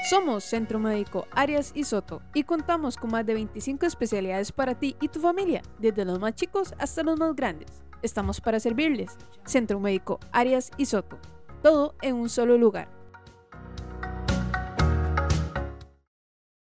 Somos Centro Médico Arias y Soto y contamos con más de 25 especialidades para ti y tu familia, desde los más chicos hasta los más grandes. Estamos para servirles. Centro Médico Arias y Soto. Todo en un solo lugar.